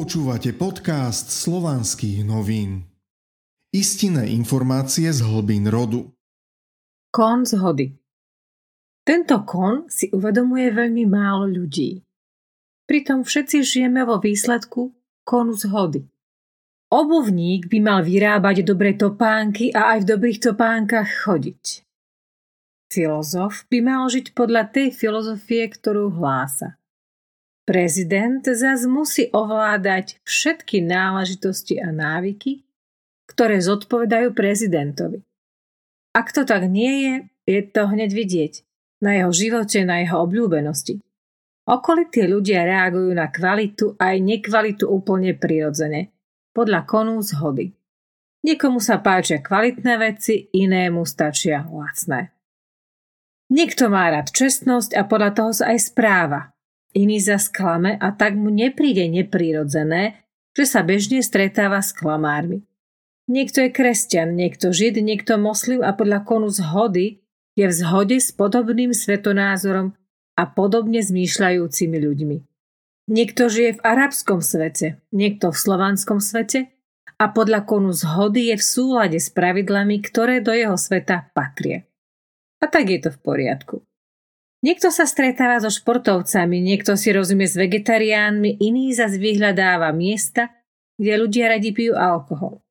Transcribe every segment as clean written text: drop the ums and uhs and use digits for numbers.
Počúvate podcast Slovanských novín. Istinné informácie z hlbín rodu. Kon zhody. Tento kon si uvedomuje veľmi málo ľudí. Pritom všetci žijeme vo výsledku konu zhody. Obuvník by mal vyrábať dobré topánky a aj v dobrých topánkach chodiť. Filozof by mal žiť podľa tej filozofie, ktorú hlása. Prezident zas musí ovládať všetky náležitosti a návyky, ktoré zodpovedajú prezidentovi. Ak to tak nie je, je to hneď vidieť na jeho živote, na jeho obľúbenosti. Okolití ľudia reagujú na kvalitu aj nekvalitu úplne prirodzene, podľa konu zhody. Niekomu sa páčia kvalitné veci, inému stačia lacné. Niekto má rád čestnosť a podľa toho sa aj správa. Iný zas klame a tak mu nepríde neprirodzené, že sa bežne stretáva s klamármi. Niekto je kresťan, niekto žid, niekto moslim a podľa konu zhody je v zhode s podobným svetonázorom a podobne zmýšľajúcimi ľuďmi. Niekto žije v arabskom svete, niekto v slovanskom svete a podľa konu zhody je v súlade s pravidlami, ktoré do jeho sveta patria. A tak je to v poriadku. Niekto sa stretáva so športovcami, niekto si rozumie s vegetariánmi, iný zas vyhľadáva miesta, kde ľudia radi pijú alkohol.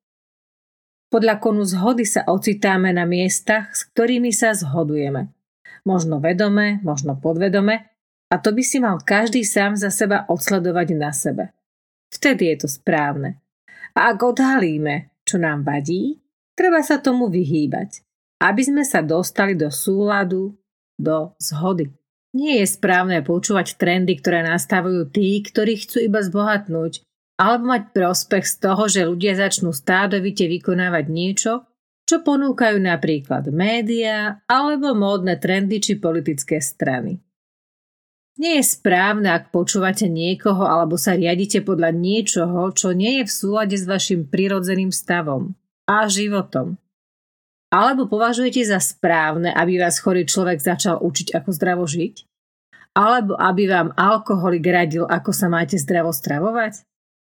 Podľa konu zhody sa ocitáme na miestach, s ktorými sa zhodujeme. Možno vedome, možno podvedome, a to by si mal každý sám za seba odsledovať na sebe. Vtedy je to správne. A ak odhalíme, čo nám vadí, treba sa tomu vyhýbať, aby sme sa dostali do súladu, do zhody. Nie je správne počúvať trendy, ktoré nastavujú tí, ktorí chcú iba zbohatnúť, alebo mať prospech z toho, že ľudia začnú stádovite vykonávať niečo, čo ponúkajú napríklad médiá alebo módne trendy či politické strany. Nie je správne, ak počúvate niekoho alebo sa riadite podľa niečoho, čo nie je v súlade s vašim prirodzeným stavom a životom. Alebo považujete za správne, aby vás chorý človek začal učiť, ako zdravo žiť? Alebo aby vám alkoholik radil, ako sa máte zdravo stravovať?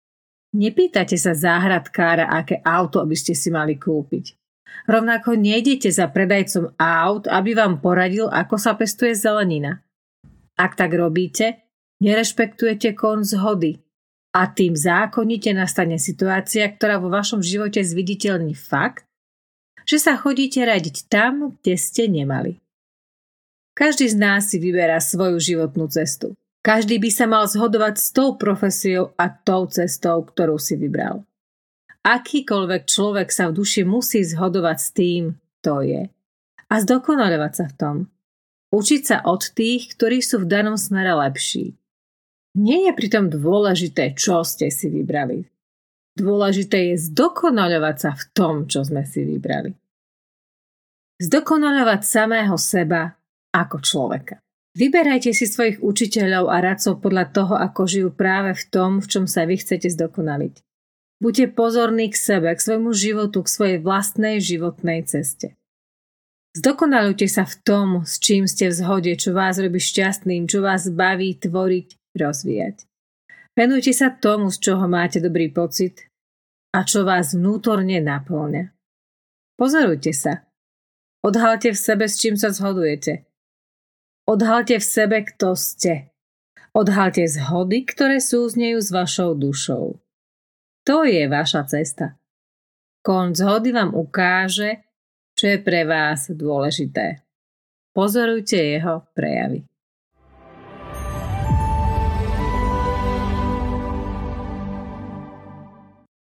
Nepýtate sa záhradkára, aké auto by ste si mali kúpiť. Rovnako nejdete za predajcom aut, aby vám poradil, ako sa pestuje zelenina. Ak tak robíte, nerešpektujete kon zhody a tým zákonite nastane situácia, ktorá vo vašom živote zviditeľní fakt, že sa chodíte radiť tam, kde ste nemali. Každý z nás si vyberá svoju životnú cestu. Každý by sa mal zhodovať s tou profesiou a tou cestou, ktorú si vybral. Akýkoľvek človek sa v duši musí zhodovať s tým, to je. A zdokonaľovať sa v tom. Učiť sa od tých, ktorí sú v danom smere lepší. Nie je pritom dôležité, čo ste si vybrali. Dôležité je zdokonaľovať sa v tom, čo sme si vybrali. Zdokonaľovať samého seba ako človeka. Vyberajte si svojich učiteľov a radcov podľa toho, ako žijú práve v tom, v čom sa vy chcete zdokonaliť. Buďte pozorní k sebe, k svojmu životu, k svojej vlastnej životnej ceste. Zdokonaľujte sa v tom, s čím ste v zhode, čo vás robí šťastným, čo vás baví tvoriť, rozvíjať. Venujte sa tomu, z čoho máte dobrý pocit a čo vás vnútorne napĺňa. Pozorujte sa. Odhalte v sebe, s čím sa zhodujete. Odhalte v sebe, kto ste. Odhalte zhody, ktoré súznejú s vašou dušou. To je vaša cesta. Kon zhody vám ukáže, čo je pre vás dôležité. Pozorujte jeho prejavy.